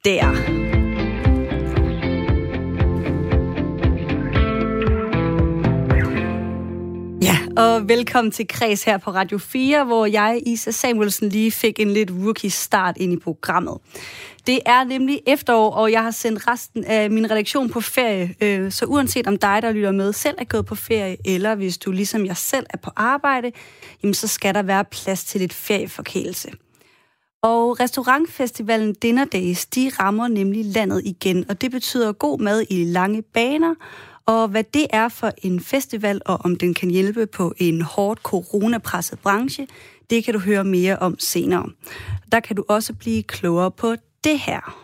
der. Ja, og velkommen til Kreds her på Radio 4, hvor jeg, Isa Samuelsen, lige fik en lidt rookie start ind i programmet. Det er nemlig efterår, og jeg har sendt resten af min redaktion på ferie. Så uanset om dig, der lytter med, selv er gået på ferie, eller hvis du ligesom jeg selv er på arbejde, jamen så skal der være plads til lidt ferieforkælelse. Og restaurantfestivalen Dinner Days, de rammer nemlig landet igen, og det betyder god mad i lange baner. Og hvad det er for en festival, og om den kan hjælpe på en hårdt coronapresset branche, det kan du høre mere om senere. Der kan du også blive klogere på det her.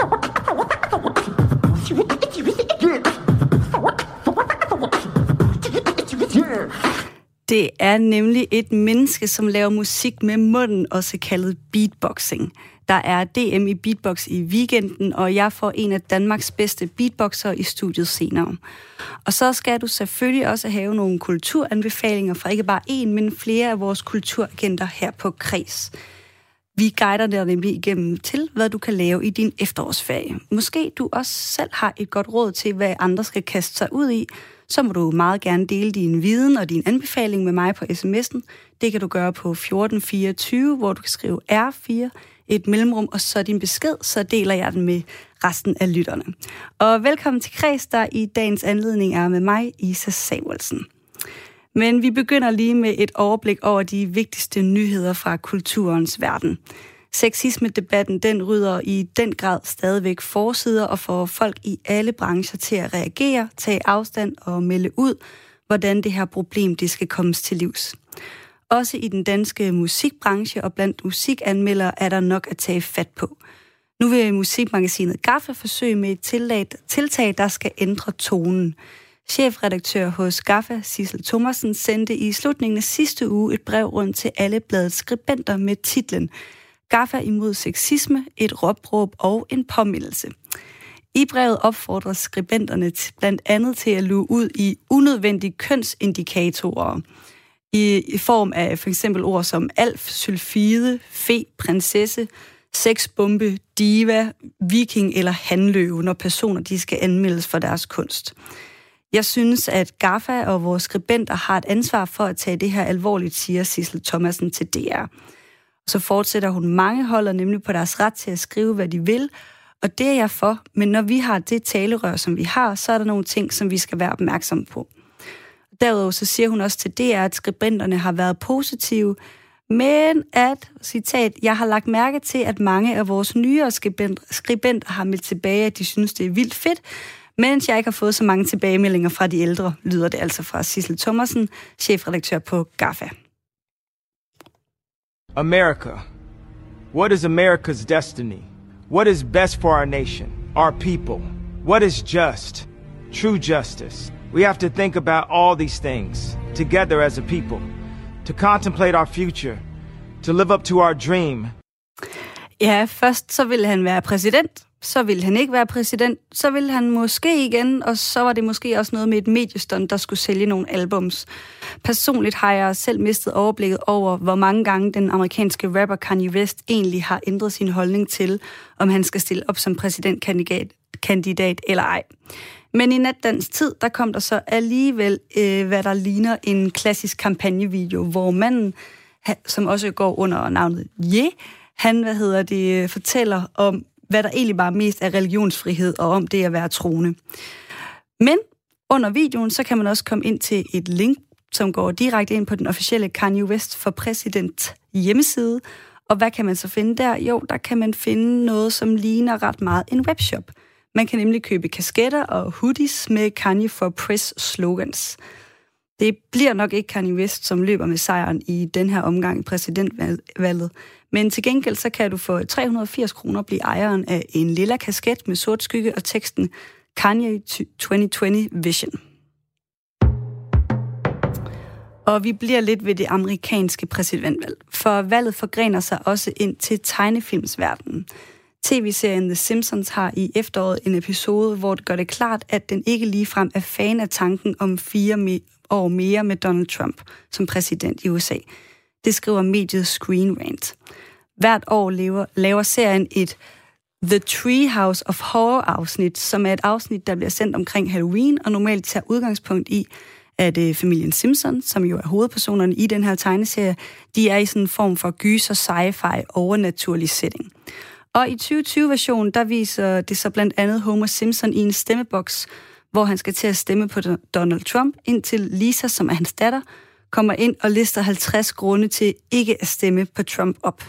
Det er nemlig et menneske, som laver musik med munden, også kaldet beatboxing. Der er DM i beatbox i weekenden, og jeg får en af Danmarks bedste beatboxere i studiet senere. Og så skal du selvfølgelig også have nogle kulturanbefalinger fra ikke bare én, men flere af vores kulturagenter her på Kreds. Vi guider dig nemlig igennem til, hvad du kan lave i din efterårsferie. Måske du også selv har et godt råd til, hvad andre skal kaste sig ud i, så må du meget gerne dele din viden og din anbefaling med mig på sms'en. Det kan du gøre på 1424, hvor du kan skrive R4, et mellemrum, og så din besked, så deler jeg den med resten af lytterne. Og velkommen til Kreds, der i dagens anledning er med mig, Isa Samuelsen. Men vi begynder lige med et overblik over de vigtigste nyheder fra kulturens verden. Sexisme-debatten, den rydder i den grad stadigvæk forsider og får folk i alle brancher til at reagere, tage afstand og melde ud, hvordan det her problem det skal kommes til livs. Også i den danske musikbranche og blandt musikanmeldere er der nok at tage fat på. Nu vil musikmagasinet GAFFA forsøge med et tiltag, der skal ændre tonen. Chefredaktør hos GAFFA, Sissel Thomasen, sendte i slutningen af sidste uge et brev rundt til alle bladets skribenter med titlen GAFFA imod sexisme, et råbråb og en påmindelse. I brevet opfordrer skribenterne blandt andet til at luge ud i unødvendige kønsindikatorer i form af for eksempel ord som alf, sylfide, fe, prinsesse, sexbombe, diva, viking eller hanløve, når personer de skal anmeldes for deres kunst. Jeg synes, at GAFFA og vores skribenter har et ansvar for at tage det her alvorligt, siger Sissel Thomasen til DR. Så fortsætter hun: mange holder nemlig på deres ret til at skrive, hvad de vil, og det er jeg for. Men når vi har det talerør, som vi har, så er der nogle ting, som vi skal være opmærksomme på. Derudover så siger hun også til DR, at skribenterne har været positive, men at, citat, jeg har lagt mærke til, at mange af vores nyere skribenter har meldt tilbage, at de synes, det er vildt fedt, mens jeg ikke har fået så mange tilbagemeldinger fra de ældre, lyder det altså fra Sissel Thomasen, chefredaktør på GAFFA. America. What is America's destiny? What is best for our nation, our people? What is just? True justice. We have to think about all these things together as a people, to contemplate our future, to live up to our dream. Ja, først så ville han være præsident, så ville han ikke være præsident, så ville han måske igen, og så var det måske også noget med et mediestund, der skulle sælge nogle albums. Personligt har jeg selv mistet overblikket over, hvor mange gange den amerikanske rapper Kanye West egentlig har ændret sin holdning til, om han skal stille op som præsidentkandidat eller ej. Men i natdans tid, der kom der så alligevel, hvad der ligner en klassisk kampagnevideo, hvor manden, som også går under navnet Ye, han, fortæller om, hvad der egentlig bare mest er religionsfrihed, og om det at være troende. Men under videoen, så kan man også komme ind til et link, som går direkte ind på den officielle Kanye West for præsident hjemmeside. Og hvad kan man så finde der? Jo, der kan man finde noget, som ligner ret meget en webshop. Man kan nemlig købe kasketter og hoodies med Kanye for Press slogans. Det bliver nok ikke Kanye West, som løber med sejren i den her omgang i præsidentvalget. Men til gengæld så kan du for 380 kroner blive ejeren af en lilla kasket med sort skygge og teksten Kanye 2020 Vision. Og vi bliver lidt ved det amerikanske præsidentvalg, for valget forgrener sig også ind til tegnefilmsverdenen. TV-serien The Simpsons har i efteråret en episode, hvor det gør det klart, at den ikke ligefrem er fan af tanken om 4 år mere med Donald Trump som præsident i USA. Det skriver mediet Screen Rant. Hvert år laver serien et The Treehouse of Horror-afsnit, som er et afsnit, der bliver sendt omkring Halloween, og normalt tager udgangspunkt i, at familien Simpson, som jo er hovedpersonerne i den her tegneserie, de er i sådan en form for gyser, sci-fi, overnaturlig setting. Og i 2020-versionen, der viser det så blandt andet Homer Simpson i en stemmeboks, hvor han skal til at stemme på Donald Trump, indtil Lisa, som er hans datter, kommer ind og lister 50 grunde til ikke at stemme på Trump op.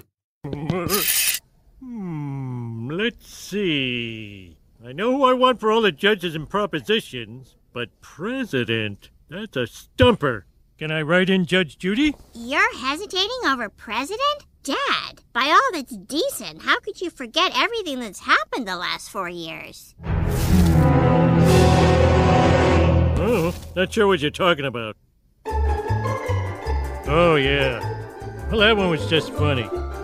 Let's see. I know who I want for all the judges and propositions, but president, that's a stumper. Can I write in Judge Judy? You're hesitating over president? Dad, by all that's decent, how could you forget everything that's happened the last 4 years? Oh, not sure what you're talking about. Oh, yeah. Well, that one was just funny.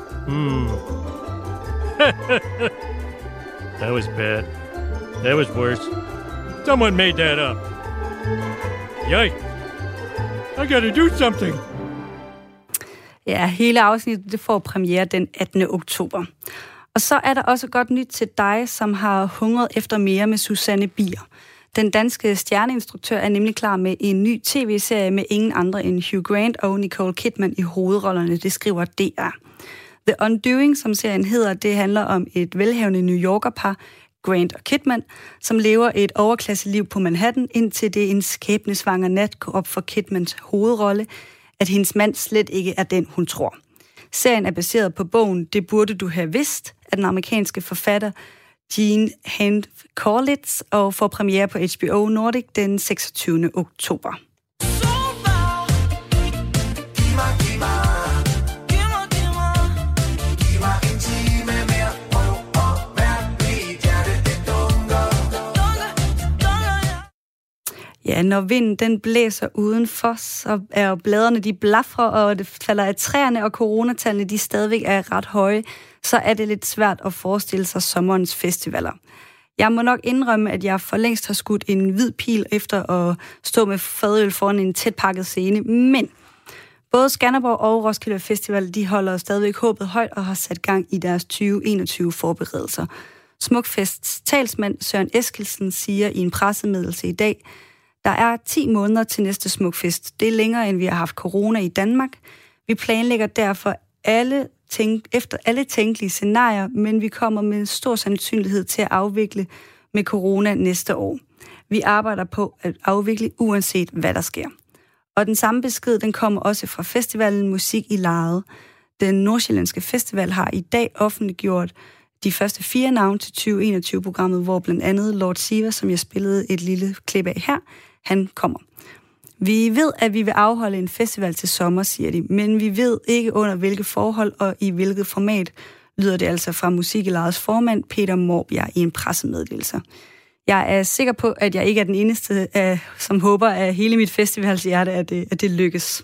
That was bad. That was worse. Someone made that up. Yikes. I gotta do something. Ja, hele afsnittet det får premiere den 18. oktober. Og så er der også godt nyt til dig, som har hungret efter mere med Susanne Bier. Den danske stjerneinstruktør er nemlig klar med en ny tv-serie med ingen andre end Hugh Grant og Nicole Kidman i hovedrollerne, det skriver DR. The Undoing, som serien hedder, det handler om et velhavende New Yorker-par, Grant og Kidman, som lever et overklasseliv på Manhattan, indtil det en skæbnesvanger nat går op for Kidmans hovedrolle, at hendes mand slet ikke er den, hun tror. Serien er baseret på bogen Det burde du have vidst, af den amerikanske forfatter Jean Hand Corlitz, og får premiere på HBO Nordic den 26. oktober. Ja, når vinden den blæser udenfor, så er bladene de blafrer, og det falder af træerne, og coronatallene de stadigvæk er ret høje, så er det lidt svært at forestille sig sommerens festivaler. Jeg må nok indrømme, at jeg for længst har skudt en hvid pil efter at stå med fadøl foran en tætpakket scene, men både Skanderborg og Roskilde Festival, de holder stadigvæk håbet højt og har sat gang i deres 2021 forberedelser. Smukfests talsmand Søren Eskildsen siger i en pressemeddelelse i dag, der er 10 måneder til næste Smukfest. Det er længere, end vi har haft corona i Danmark. Vi planlægger derfor efter alle tænkelige scenarier, men vi kommer med stor sandsynlighed til at afvikle med corona næste år. Vi arbejder på at afvikle uanset hvad der sker. Og den samme besked, den kommer også fra festivalen Musik i Lejet. Den Nordsjællandske Festival har i dag offentliggjort de første 4 navne til 2021-programmet, hvor blandt andet Lord Siva, som jeg spillede et lille klip af her, han kommer. Vi ved, at vi vil afholde en festival til sommer, siger de, men vi ved ikke under hvilke forhold og i hvilket format, lyder det altså fra Musik i Lejets formand Peter Morbjerg i en pressemeddelelse. Jeg er sikker på, at jeg ikke er den eneste, som håber af hele mit festivalshjerte, at det lykkes.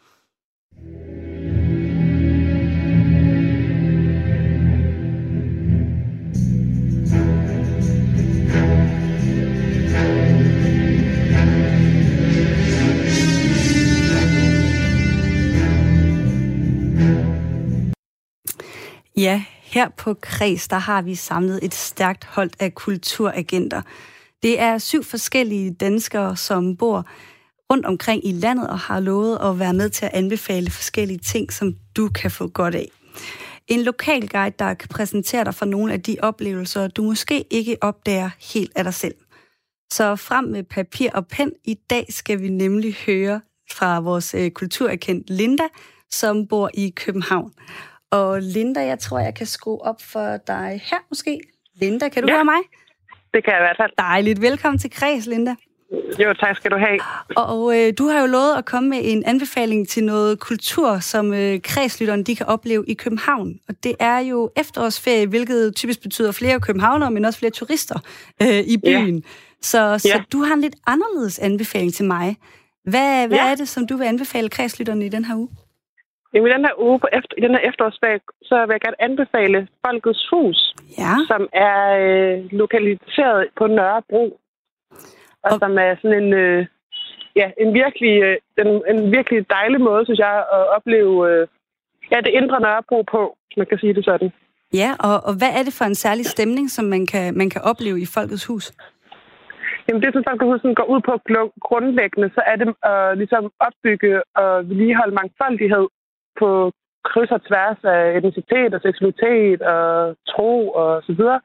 Ja, her på Kreds, der har vi samlet et stærkt hold af kulturagenter. Det er 7 forskellige danskere, som bor rundt omkring i landet og har lovet at være med til at anbefale forskellige ting, som du kan få godt af. En lokal guide, der kan præsentere dig for nogle af de oplevelser, du måske ikke opdager helt af dig selv. Så frem med papir og pen. I dag skal vi nemlig høre fra vores kulturagent Linda, som bor i København. Og Linda, jeg tror, jeg kan skrue op for dig her måske. Linda, kan du høre mig? Det kan jeg i hvert fald. Dejligt. Velkommen til Kreds, Linda. Jo, tak skal du have. Og du har jo lovet at komme med en anbefaling til noget kultur, som kredslytterne de kan opleve i København. Og det er jo efterårsferie, hvilket typisk betyder flere københavnere, men også flere turister i byen. Ja. Så du har en lidt anderledes anbefaling til mig. Hvad er det, som du vil anbefale kredslytterne i den her uge? Jamen, i den her uge, i den her efterårsferie, så vil jeg gerne anbefale Folkets Hus, som er lokaliseret på Nørrebro. Og som er sådan en virkelig dejlig måde, synes jeg, at opleve det indre Nørrebro på, hvis man kan sige det sådan. Ja, og hvad er det for en særlig stemning, som man kan opleve i Folkets Hus? Jamen det, som Folkets Hus går ud på grundlæggende, så er det ligesom opbygge og vedligeholde mangfoldighed på kryds og tværs af etnicitet og seksualitet og tro og så videre.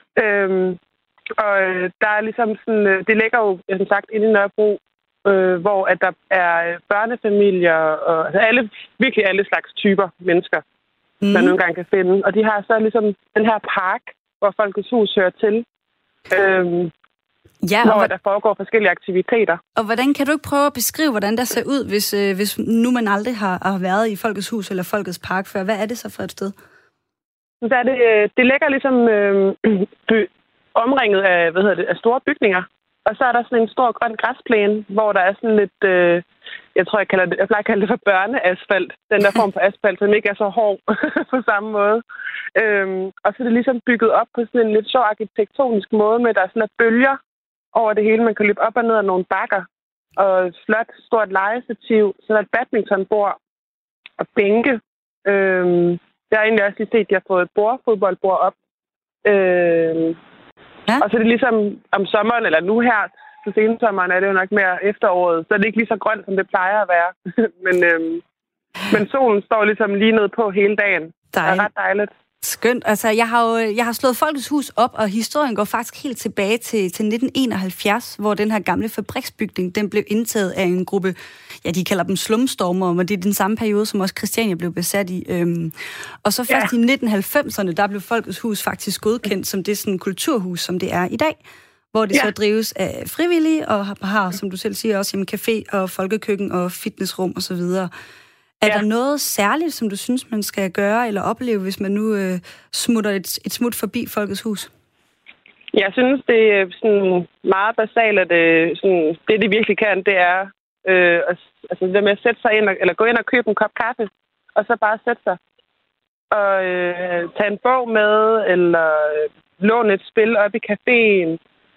Og der er ligesom sådan, det ligger jo, som sagt, inde i Nørrebro, hvor at der er børnefamilier og altså virkelig alle slags typer mennesker, man nogle gange kan finde. Og de har så ligesom den her park, hvor Folkets Hus hører til, hvor der foregår forskellige aktiviteter. Og hvordan kan du ikke prøve at beskrive, hvordan der ser ud, hvis nu man aldrig har været i Folkets Hus eller Folkets Park før? Hvad er det så for et sted? Så er det ligger ligesom omringet af store bygninger. Og så er der sådan en stor grøn græsplæne, hvor der er sådan lidt, jeg plejer at kalde det for børneasfalt. Den der form for asfalt, som ikke er så hård på samme måde. Og så er det ligesom bygget op på sådan en lidt sjov arkitektonisk måde, med der er sådan bølger over det hele. Man kan løbe op og ned af nogle bakker. Og et flot, stort legestativ. Så der er et badmintonbord og bænke. Jeg har egentlig også lige set, at jeg har fået et fodboldbord op. Ja. Og så er det ligesom om sommeren, eller nu her, til sensommeren er det jo nok mere efteråret, så er det ikke lige så grønt, som det plejer at være. men solen står ligesom lige nede på hele dagen. Det er ret dejligt. Skønt. Altså, jeg har slået Folkets Hus op, og historien går faktisk helt tilbage til 1971, hvor den her gamle fabriksbygning, den blev indtaget af en gruppe, ja, de kalder dem slumstormer, og det er den samme periode, som også Christiania blev besat i. Og så først i 1990'erne, der blev Folkets Hus faktisk godkendt som det sådan kulturhus, som det er i dag, hvor det så drives af frivillige, og har, som du selv siger, også café og folkekøkken og fitnessrum og så videre. Er der noget særligt, som du synes, man skal gøre eller opleve, hvis man nu smutter et smut forbi Folkets Hus? Jeg synes, det er sådan meget basalt, at det virkelig kan, det er det med at sætte sig ind, eller gå ind og købe en kop kaffe, og så bare sætte sig. Og tage en bog med, eller låne et spil op i caféen.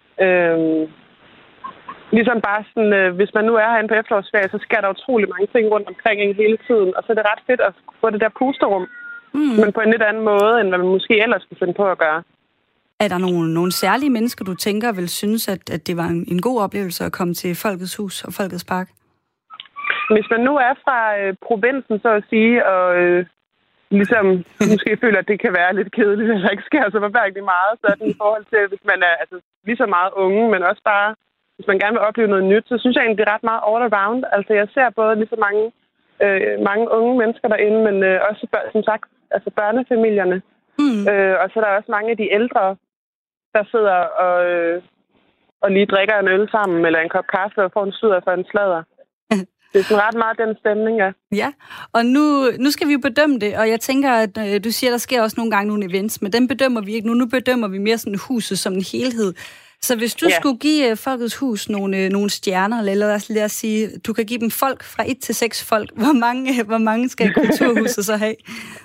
Ligesom bare sådan, hvis man nu er herinde på efterårsferie, så sker der utrolig mange ting rundt omkring hele tiden. Og så er det ret fedt at få det der pusterum, men på en lidt anden måde, end hvad man måske ellers skulle finde på at gøre. Er der nogle særlige mennesker, du tænker vil synes, at det var en god oplevelse at komme til Folkets Hus og Folkets Park? Hvis man nu er fra provinsen, så at sige, og ligesom måske føler, at det kan være lidt kedeligt, eller ikke sker så virkelig meget, sådan i forhold til, hvis man er lige så meget unge, men også bare hvis man gerne vil opleve noget nyt, så synes jeg egentlig, det er ret meget all around. Altså, jeg ser både lige så mange unge mennesker derinde, men også, som sagt, børnefamilierne. Og så er der også mange af de ældre, der sidder og lige drikker en øl sammen, eller en kop kaffe, og får en sludder for en sladder. Det er sådan ret meget den stemning, ja. Ja, og nu skal vi jo bedømme det, og jeg tænker, at du siger, der sker også nogle gange nogle events, men dem bedømmer vi ikke nu. Nu bedømmer vi mere sådan huset som en helhed. Så hvis du skulle give Folkets Hus nogle stjerner, eller lad os sige, du kan give dem folk fra 1 til 6 folk, hvor mange skal kulturhuset så have?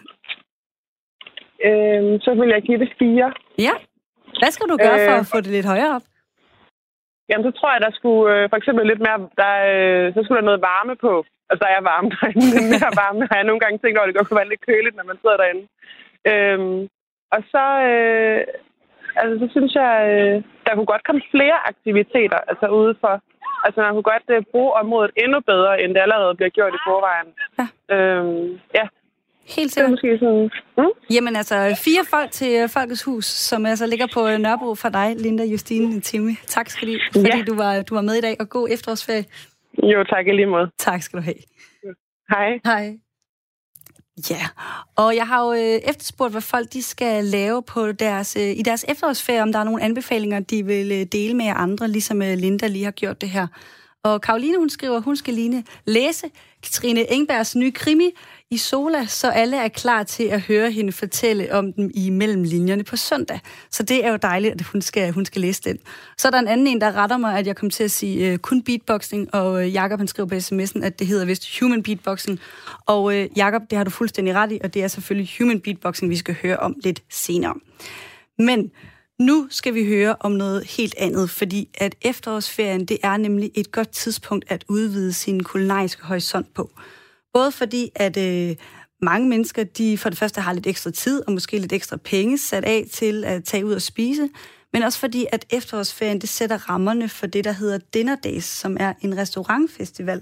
Så vil jeg give det 4. Ja. Hvad skal du gøre for at få det lidt højere op? Jamen, så tror jeg, der skulle for eksempel lidt mere, så skulle der noget varme på. Altså, der er varme derinde. Mere varme har jeg nogle gange tænkt over, det godt kunne være lidt køligt, når man sidder derinde. Og så... så synes jeg, der kunne godt komme flere aktiviteter udefor. Altså, man kunne godt bruge området endnu bedre, end det allerede bliver gjort i forvejen. Ja. Helt sikkert. Det er måske sådan... Jamen 4 folk til Folkets Hus, som ligger på Nørrebro fra dig, Linda Justine Timmy. Tak fordi du var med i dag, og god efterårsferie. Jo, tak i lige måde. Tak skal du have. Hej. Hej. Ja, og jeg har jo efterspurgt, hvad folk de skal lave på i deres efterårsferie, om der er nogle anbefalinger, de vil dele med andre, ligesom Linda lige har gjort det her. Og Karoline, hun skriver, hun skal læse Katrine Engbergs nye krimi Isola, så alle er klar til at høre hende fortælle om dem i mellemlinjerne på søndag. Så det er jo dejligt, at hun skal læse den. Så er der en anden en, der retter mig, at jeg kom til at sige kun beatboxing, og Jakob han skriver på sms'en, at det hedder vist human beatboxing. Og Jakob, det har du fuldstændig ret i, og det er selvfølgelig human beatboxing, vi skal høre om lidt senere. Men nu skal vi høre om noget helt andet, fordi at efterårsferien, det er nemlig et godt tidspunkt at udvide sin kulinariske horisont på. Både fordi, at mange mennesker, de for det første har lidt ekstra tid og måske lidt ekstra penge sat af til at tage ud og spise, men også fordi, at efterårsferien, det sætter rammerne for det, der hedder Dinner Days, som er en restaurantfestival,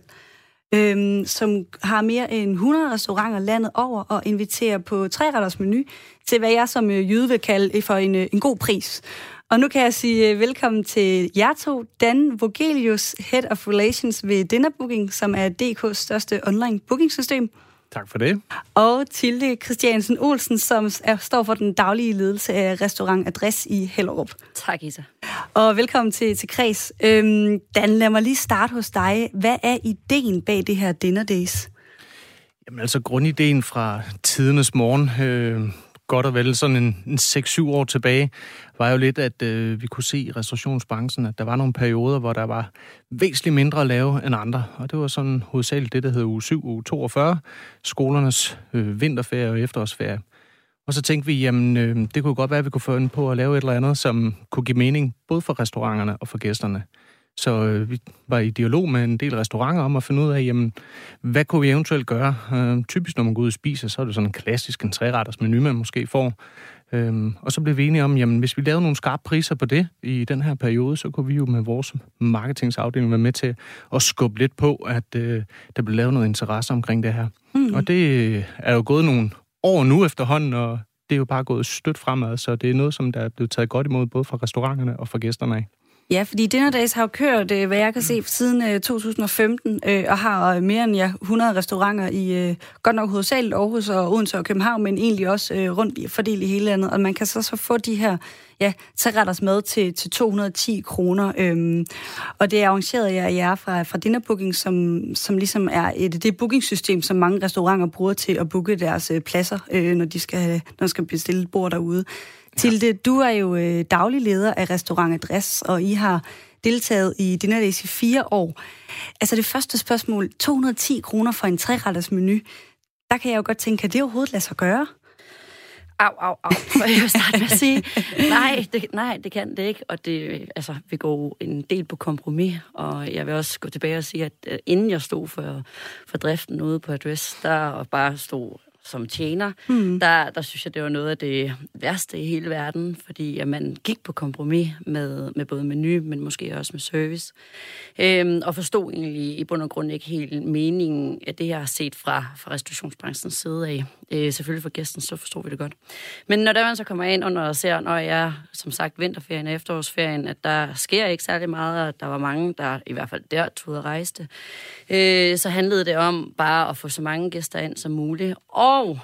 som har mere end 100 restauranter landet over og inviterer på 3-retters menu til, hvad jeg som jyde vil kalde for en god pris. Og nu kan jeg sige velkommen til jer to. Dan Vogelius, Head of Relations ved Dinner Booking, som er DK's største online bookingsystem. Tak for det. Og Tilde Christiansen Olsen, som står for den daglige ledelse af Restaurant Adresse i Hellerup. Tak, Isa. Og velkommen til Kreds. Dan, lad mig lige starte hos dig. Hvad er ideen bag det her Dinner Days? Jamen altså, grundideen fra tidernes morgen, godt og vel sådan en 6-7 år tilbage, var jo lidt, at vi kunne se i restaurationsbranchen, at der var nogle perioder, hvor der var væsentligt mindre at lave end andre. Og det var sådan hovedsageligt det, der hedder uge 7, uge 42, skolernes vinterferie og efterårsferie. Og så tænkte vi, jamen det kunne godt være, at vi kunne få på at lave et eller andet, som kunne give mening både for restauranterne og for gæsterne. Så vi var i dialog med en del restauranter om at finde ud af, jamen, hvad kunne vi eventuelt gøre? Typisk, når man går ud og spiser, så er det sådan en klassisk 3-retters menu, man måske får. Og så blev vi enige om, jamen, hvis vi lavede nogle skarpe priser på det i den her periode, så kunne vi jo med vores marketingsafdeling være med til at skubbe lidt på, at der blev lavet noget interesse omkring det her. Og det er jo gået nogle år nu efterhånden, og det er jo bare gået stødt fremad, så det er noget, som der er blevet taget godt imod, både fra restauranterne og fra gæsterne af. Ja, fordi Dinner Days har jo kørt, hvad jeg kan se, siden 2015, og har mere end 100 restauranter i godt nok hovedsageligt Aarhus og Odense og København, men egentlig også rundt fordelt i hele landet. Og man kan så få de her 3-retters mad til 210 kroner. Og det er arrangeret af jer fra Dinner Booking, som ligesom er det bookingsystem, som mange restauranter bruger til at booke deres pladser, når de skal bestille et bord derude. Tilde, du er jo daglig leder af Restaurant Adresse, og I har deltaget i Dinner Days i 4 år. Altså det første spørgsmål, 210 kroner for en 3-retters menu, der kan jeg jo godt tænke, kan det overhovedet lade sig gøre? Au, for jeg vil starte med at sige, nej, det kan det ikke, og det, altså, vi går en del på kompromis, og jeg vil også gå tilbage og sige, at inden jeg stod for driften ude på Adresse, der bare stod som tjener, der synes jeg, det var noget af det værste i hele verden, fordi at man gik på kompromis med både menu, men måske også med service, og forstod egentlig i bund og grund ikke helt meningen af det, jeg har set fra restaurationsbranchens side af. Selvfølgelig for gæsten, så forstår vi det godt. Men når man så kommer ind under og ser, når jeg, som sagt, vinterferien og efterårsferien, at der sker ikke særlig meget, og der var mange, der i hvert fald der tog og rejste, så handlede det om bare at få så mange gæster ind som muligt, og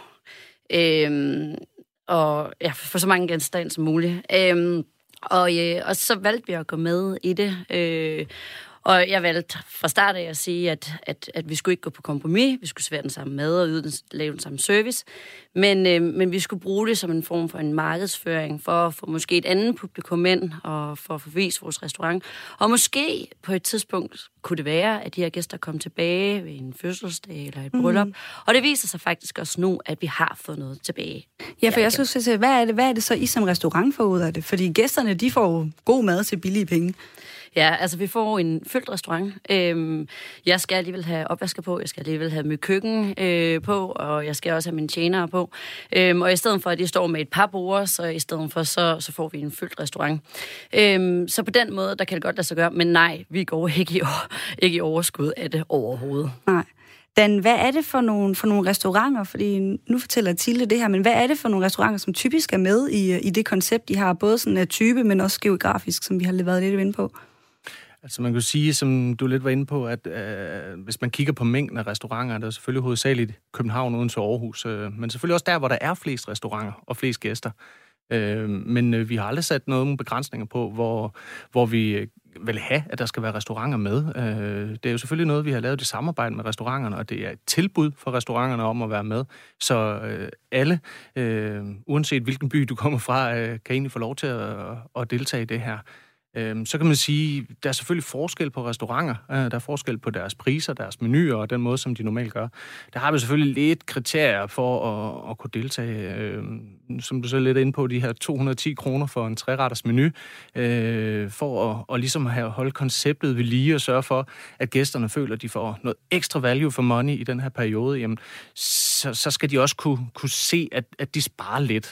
få så mange gæster ind som muligt. Og så valgte vi at gå med i det, og jeg valgte fra start af at sige, at vi skulle ikke gå på kompromis, vi skulle servere den samme mad og lave den samme service, men vi skulle bruge det som en form for en markedsføring, for at få måske et andet publikum ind, og for at forvise vores restaurant. Og måske på et tidspunkt kunne det være, at de her gæster kom tilbage ved en fødselsdag eller et bryllup, og det viser sig faktisk også nu, at vi har fået noget tilbage. Ja, for jeg skulle sige, hvad er det så, I som restaurant får ud af det? Fordi gæsterne, de får god mad til billige penge. Ja, altså vi får en fyldt restaurant. Jeg skal alligevel have opvasker på, jeg skal alligevel have mit køkken på, og jeg skal også have mine tjenere på. Og i stedet for, at de står med et par borde, så i stedet for, så får vi en fyldt restaurant. Så på den måde, der kan det godt lade sig gøre, men nej, vi går ikke i overskud af det overhovedet. Nej. Dan, hvad er det for nogle restauranter? Fordi nu fortæller Tilde det her, men hvad er det for nogle restauranter, som typisk er med i det koncept, de har? Både sådan af type, men også geografisk, som vi har været lidt inde på. Altså man kan sige, som du lidt var inde på, at hvis man kigger på mængden af restauranter, der er selvfølgelig hovedsageligt København, Odense og Aarhus, men selvfølgelig også der, hvor der er flest restauranter og flest gæster. Men vi har aldrig sat nogle begrænsninger på, hvor vi vil have, at der skal være restauranter med. Det er jo selvfølgelig noget, vi har lavet i samarbejde med restauranterne, og det er et tilbud for restauranterne om at være med. Så alle, uanset hvilken by du kommer fra, kan egentlig få lov til at deltage i det her. Så kan man sige, der er selvfølgelig forskel på restauranter. Der er forskel på deres priser, deres menuer og den måde, som de normalt gør. Der har vi selvfølgelig lidt kriterier for at kunne deltage. Som du så er lidt inde på, de her 210 kroner for en 3-retters menu, for at ligesom holde konceptet ved lige og sørge for, at gæsterne føler, at de får noget ekstra value for money i den her periode. Jamen, så skal de også kunne se, at de sparer lidt.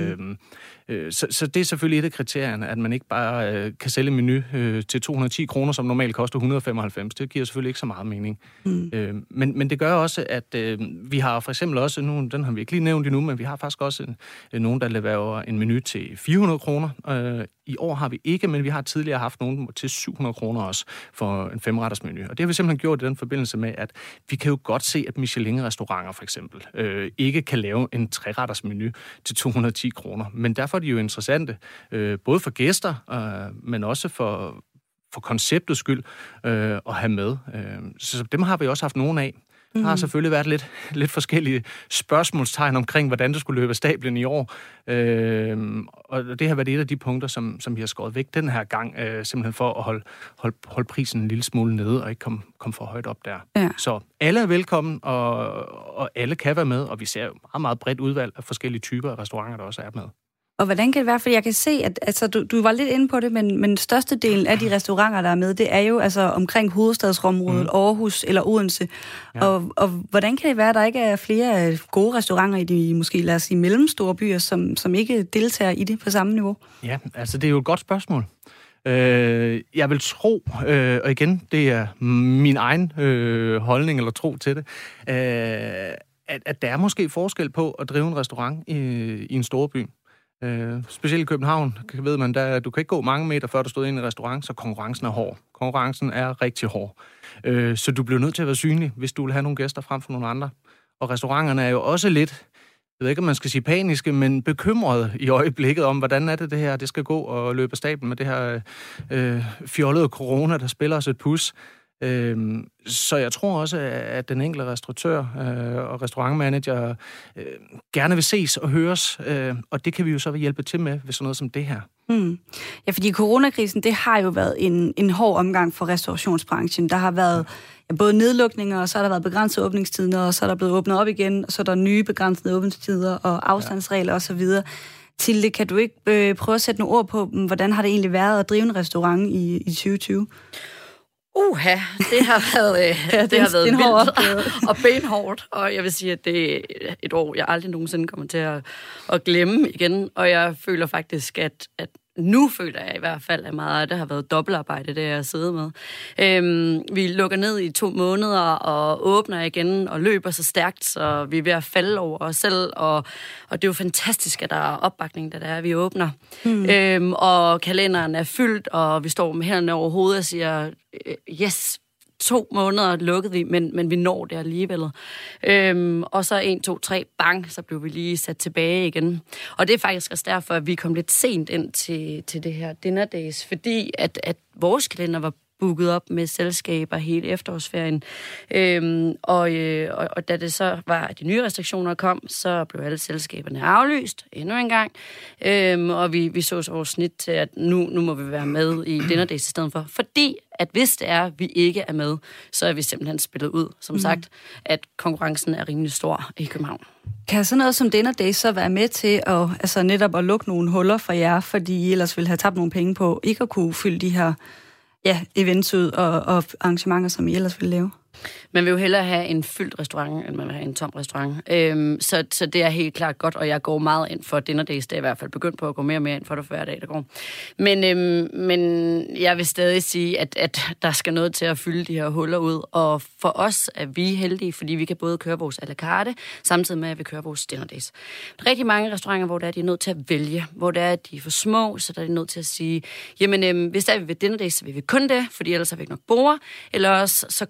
Så det er selvfølgelig et af kriterierne, at man ikke bare kan sælge en menu til 210 kroner, som normalt koster 195. Det giver selvfølgelig ikke så meget mening. Men det gør også, at vi har for eksempel også, nu, den har vi ikke lige nævnt endnu, men vi har faktisk også nogen, der leverer en menu til 400 kroner. I år har vi ikke, men vi har tidligere haft nogen til 700 kroner også for en 5-retters menu. Og det har vi simpelthen gjort i den forbindelse med, at vi kan jo godt se, at Michelin-restauranter for eksempel ikke kan lave en 3-retters menu til 210 kroner. Men derfor er de jo interessante, både for gæster, men også for konceptets skyld at have med. Så dem har vi også haft nogen af. Der har selvfølgelig været lidt forskellige spørgsmålstegn omkring, hvordan det skulle løbe af stablen i år. Og det har været et af de punkter, som vi har skåret væk den her gang, simpelthen for at holde prisen en lille smule nede og ikke komme for højt op der. Ja. Så alle er velkommen, og alle kan være med, og vi ser jo meget, meget bredt udvalg af forskellige typer af restauranter, der også er med. Og hvordan kan det være? For jeg kan se, at altså, du var lidt inde på det, men størstedelen af de restauranter, der er med, det er jo altså omkring hovedstadsområdet, Aarhus eller Odense. Ja. Og hvordan kan det være, at der ikke er flere gode restauranter i de, måske lad os sige, mellemstore byer, som ikke deltager i det på samme niveau? Ja, altså det er jo et godt spørgsmål. Jeg vil tro, og igen, det er min egen holdning eller tro til det, at der er måske forskel på at drive en restaurant i en storby. Specielt i København ved man, at du kan ikke gå mange meter, før du stod ind i en restaurant, så konkurrencen er hård. Konkurrencen er rigtig hård. Så du bliver nødt til at være synlig, hvis du vil have nogle gæster frem for nogle andre. Og restauranterne er jo også lidt, jeg ved ikke, om man skal sige paniske, men bekymrede i øjeblikket om, hvordan er det her, det skal gå og løbe af stablen med det her fjollede corona, der spiller os et pus. Så jeg tror også, at den enkelte restauratør og restaurantmanager gerne vil ses og høres, og det kan vi jo så hjælpe til med ved sådan noget som det her. Ja, fordi coronakrisen, det har jo været en hård omgang for restaurationsbranchen. Der har været både nedlukninger, og så har der været begrænsede åbningstider, og så er der blevet åbnet op igen, og så er der nye begrænsede åbningstider og afstandsregler osv. Tilde, kan du ikke prøve at sætte nogle ord på, hvordan har det egentlig været at drive en restaurant i 2020? Det har været, det har været vildt og benhårdt, og jeg vil sige, at det er et år, jeg aldrig nogensinde kommer til at glemme igen, og jeg føler faktisk, at nu føler jeg i hvert fald, at meget af det har været dobbeltarbejde, det jeg sidder med. Vi lukker ned i 2 måneder og åbner igen og løber så stærkt, så vi er ved at falde over os selv, og det er jo fantastisk, at der er opbakning, da der er, vi åbner. Og kalenderen er fyldt, og vi står med hænderne over hovedet og siger, yes, 2 måneder lukkede vi, men vi når det alligevel. Og så 1, 2, 3, bang, så blev vi lige sat tilbage igen. Og det er faktisk også derfor, at vi kom lidt sent ind til det her Dinner Days, fordi at vores kalender var booket op med selskaber hele efterårsferien. Og da det så var, at de nye restriktioner kom, så blev alle selskaberne aflyst endnu en gang. Og vi så vores snit til, at nu må vi være med i Dinner Days i stedet for. Fordi at hvis det er, at vi ikke er med, så er vi simpelthen spillet ud. Som sagt, at konkurrencen er rimelig stor i København. Kan sådan noget som Dinner Days så være med til at netop at lukke nogle huller for jer, fordi I ellers ville have tabt nogle penge på ikke at kunne fylde de her events ud og arrangementer, som I ellers ville lave? Man vil jo hellere have en fyldt restaurant, end man vil have en tom restaurant. Så det er helt klart godt, og jeg går meget ind for Dinner Days. Det er i hvert fald begyndt på at gå mere og mere ind for det for hver dag, der går. Men jeg vil stadig sige, at der skal noget til at fylde de her huller ud. Og for os er vi heldige, fordi vi kan både køre vores à la carte, samtidig med, at vi kører vores Dinner Days. Der er rigtig mange restauranter, hvor de er nødt til at vælge. Hvor det er, at de er for små, så der er de nødt til at sige, jamen, hvis der er vi ved Dinner Days, så vil vi kun det, fordi ellers har vi ikke nok bord. Eller også, så kører vi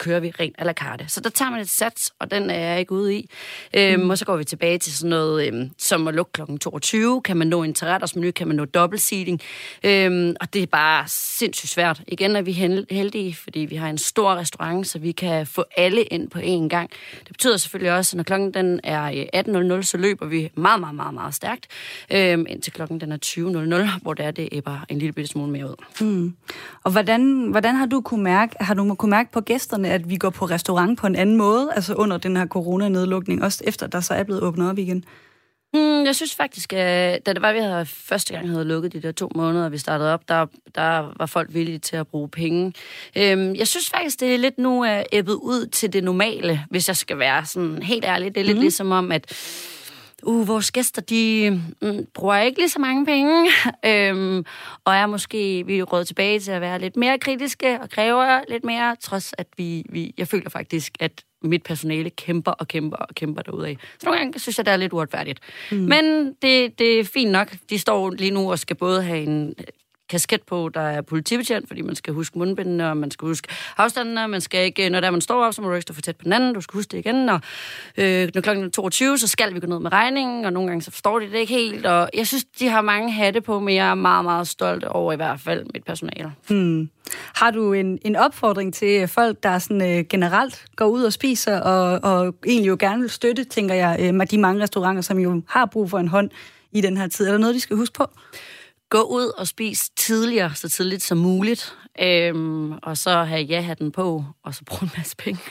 ren à la carte. Så der tager man et sats, og den er jeg ikke ude i. Og så går vi tilbage til sådan noget, som at lukke kl. 22. Kan man nå en trerettersmenu, kan man nå dobbeltseating. Og det er bare sindssygt svært. Igen er vi heldige, fordi vi har en stor restaurant, så vi kan få alle ind på én gang. Det betyder selvfølgelig også, at når klokken den er 18.00, så løber vi meget, meget, meget, meget stærkt, indtil klokken den er 20.00, hvor det æbber en lille bitte smule mere ud. Og hvordan har du kunne mærke på gæsterne, at vi går på restaurant på en anden måde, altså under den her coronanedlukning, også efter der så er blevet åbnet op igen? Jeg synes faktisk, at da det var, vi havde første gang havde lukket de der 2 måneder, vi startede op, der var folk villige til at bruge penge. Jeg synes faktisk, det er lidt nu æbbet ud til det normale, hvis jeg skal være sådan helt ærlig. Det er lidt ligesom om, at vores gæster, de bruger ikke lige så mange penge, og er måske, vi er råd tilbage til at være lidt mere kritiske og kræver lidt mere, trods at jeg føler faktisk, at mit personale kæmper derudad. Så nogle gange synes jeg, det er lidt uretfærdigt. Men det er fint nok. De står lige nu og skal både have en kasket på, der er politibetjent, fordi man skal huske mundbindene, og man skal huske afstandene, man skal ikke, når der man står op, så må du ikke stå for tæt på den anden, du skal huske det igen, og når klokken er 22, så skal vi gå ned med regningen, og nogle gange så forstår de det ikke helt, og jeg synes, de har mange hatte på, men jeg er meget, meget stolt over i hvert fald mit personale. Har du en opfordring til folk, der sådan generelt går ud og spiser, og egentlig jo gerne vil støtte, tænker jeg, med de mange restauranter, som jo har brug for en hånd i den her tid? Er der noget, de skal huske på? Gå ud og spis tidligere, så tidligt som muligt, og så have ja-hatten på, og så bruge en masse penge.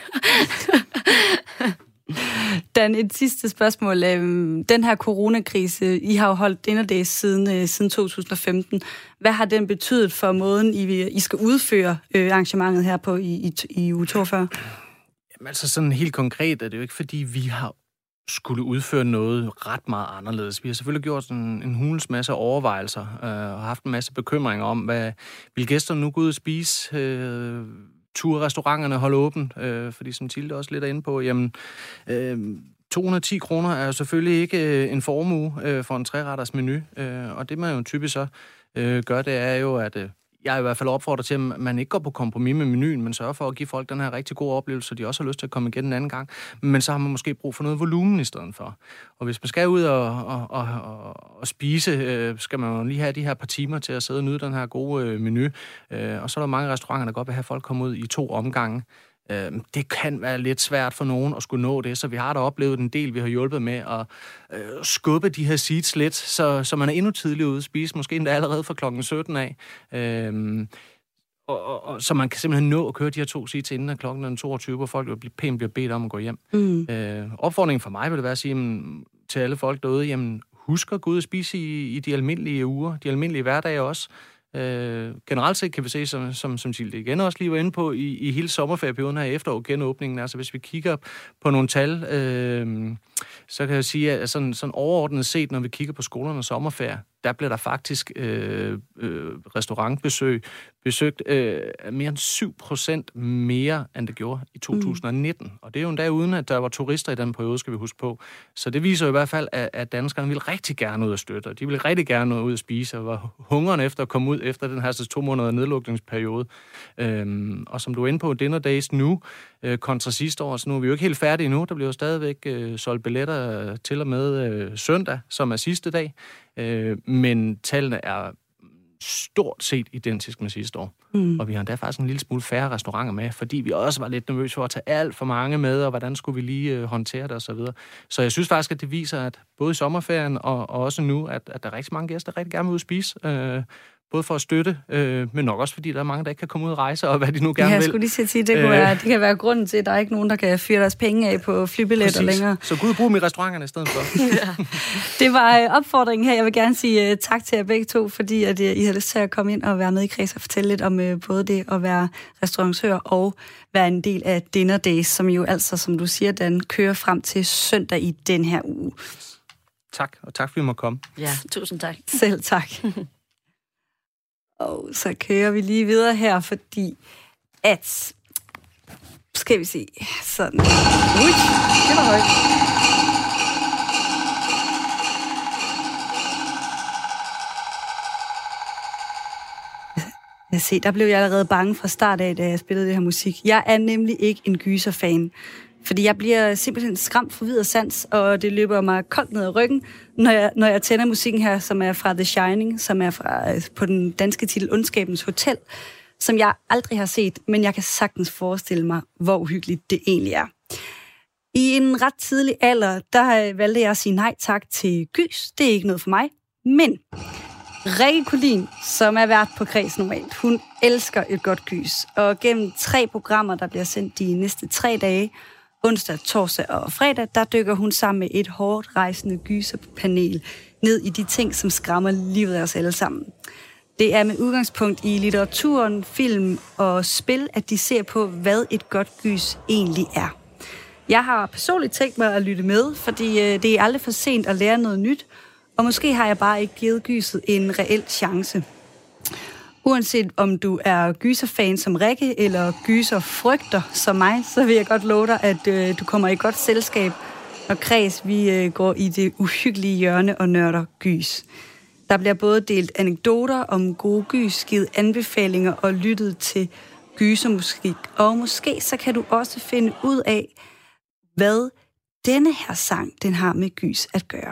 Dan, et sidste spørgsmål. Den her coronakrise, I har jo holdt Dinner Days siden 2015. Hvad har den betydet for måden, I skal udføre arrangementet her på i uge 42? Jamen altså sådan helt konkret er det jo ikke, fordi vi har skulle udføre noget ret meget anderledes. Vi har selvfølgelig gjort sådan en hulens masse overvejelser og haft en masse bekymringer om, hvad vil gæsterne nu gå ud og spise? Restauranterne holde åbent, fordi som Tilde også lidt er inde på, jamen 210 kroner er jo selvfølgelig ikke en formue for en 3-retters menu, og det man jo typisk så gør, det er jo, at jeg i hvert fald opfordrer til, at man ikke går på kompromis med menuen, men sørger for at give folk den her rigtig gode oplevelse, så de også har lyst til at komme igen en anden gang. Men så har man måske brug for noget volumen i stedet for. Og hvis man skal ud og spise, skal man jo lige have de her par timer til at sidde og nyde den her gode menu. Og så er der mange restauranter, der godt vil have folk komme ud i 2 omgange. Det kan være lidt svært for nogen at skulle nå det, så vi har da oplevet en del, vi har hjulpet med at skubbe de her seats lidt, så man er endnu tidligere ude at spise, måske endda allerede fra klokken 17 af. Og så man kan simpelthen nå at køre de her 2 seats inden klokken er 22, hvor folk pænt bliver bedt om at gå hjem. Opfordringen for mig vil det være at sige til alle folk derude, jamen husk at gå ud og spise i de almindelige uger, de almindelige hverdage også. Generelt set kan vi se, som Tilde igen også lige var inde på, i hele sommerferieperioden her efter genåbningen, altså hvis vi kigger på nogle tal, så kan jeg sige, at sådan overordnet set, når vi kigger på skolernes sommerferie, der bliver der faktisk restaurantbesøg besøgt mere end 7% mere, end det gjorde i 2019. Og det er jo endda uden, at der var turister i den periode, skal vi huske på. Så det viser jo i hvert fald, at danskerne vil rigtig gerne ud at støtte, og de vil rigtig gerne ud at spise, og var hungeren efter at komme ud efter den her 2 måneder nedlukningsperiode. Og som du er inde på, Dinner Days nu, kontra sidste år, så nu er vi jo ikke helt færdige nu. Der bliver jo stadigvæk solgt billetter til og med søndag, som er sidste dag. Men tallene er stort set identisk med sidste år. Og vi har endda faktisk en lille smule færre restauranter med, fordi vi også var lidt nervøse for at tage alt for mange med, og hvordan skulle vi lige håndtere det osv. Så jeg synes faktisk, at det viser, at både i sommerferien og også nu, at der er rigtig mange gæster, der rigtig gerne vil ud at spise. Både for at støtte, men nok også fordi der er mange, der ikke kan komme ud og rejse, og hvad de nu gerne vil. Jeg skulle lige sige, det kan være grunden til, at der er ikke nogen, der kan fyre deres penge af på flybilletter længere. Så gå ud og brug dem i restauranterne i stedet for. Ja. Det var opfordringen her. Jeg vil gerne sige tak til jer begge to, fordi at I har lyst til at komme ind og være med i Kreds og fortælle lidt om både det at være restaurantør og være en del af Dinner Days, som jo altså, som du siger, Dan, kører frem til søndag i den her uge. Tak, og tak fordi I må komme. Ja, tusind tak. Selv tak. Og så kører vi lige videre her, fordi at... Skal vi se. Sådan. Ui, det var højt. Ja, se, der blev jeg allerede bange fra start af, da jeg spillede det her musik. Jeg er nemlig ikke en gyserfan, fordi jeg bliver simpelthen skræmt for vid og sans, og det løber mig koldt ned ad ryggen, når jeg tænder musikken her, som er fra The Shining, som er på den danske titel Ondskabens Hotel, som jeg aldrig har set, men jeg kan sagtens forestille mig, hvor uhyggeligt det egentlig er. I en ret tidlig alder, der valgte jeg at sige nej tak til gys. Det er ikke noget for mig, men Rikke Kulin, som er vært på Kreds normalt, hun elsker et godt gys. Og gennem 3 programmer, der bliver sendt de næste 3 dage, onsdag, torsdag og fredag, der dykker hun sammen med et hårdt rejsende gyserpanel ned i de ting, som skræmmer livet af os alle sammen. Det er med udgangspunkt i litteraturen, film og spil, at de ser på, hvad et godt gys egentlig er. Jeg har personligt tænkt mig at lytte med, fordi det er aldrig for sent at lære noget nyt, og måske har jeg bare ikke givet gyset en reel chance. Uanset om du er gyserfan som Rikke, eller gyserfrygter som mig, så vil jeg godt love dig, at du kommer i godt selskab, når Kreds vi går i det uhyggelige hjørne og nørder gys. Der bliver både delt anekdoter om gode gys, givet anbefalinger og lyttet til gysermusik. Og måske så kan du også finde ud af, hvad denne her sang den har med gys at gøre.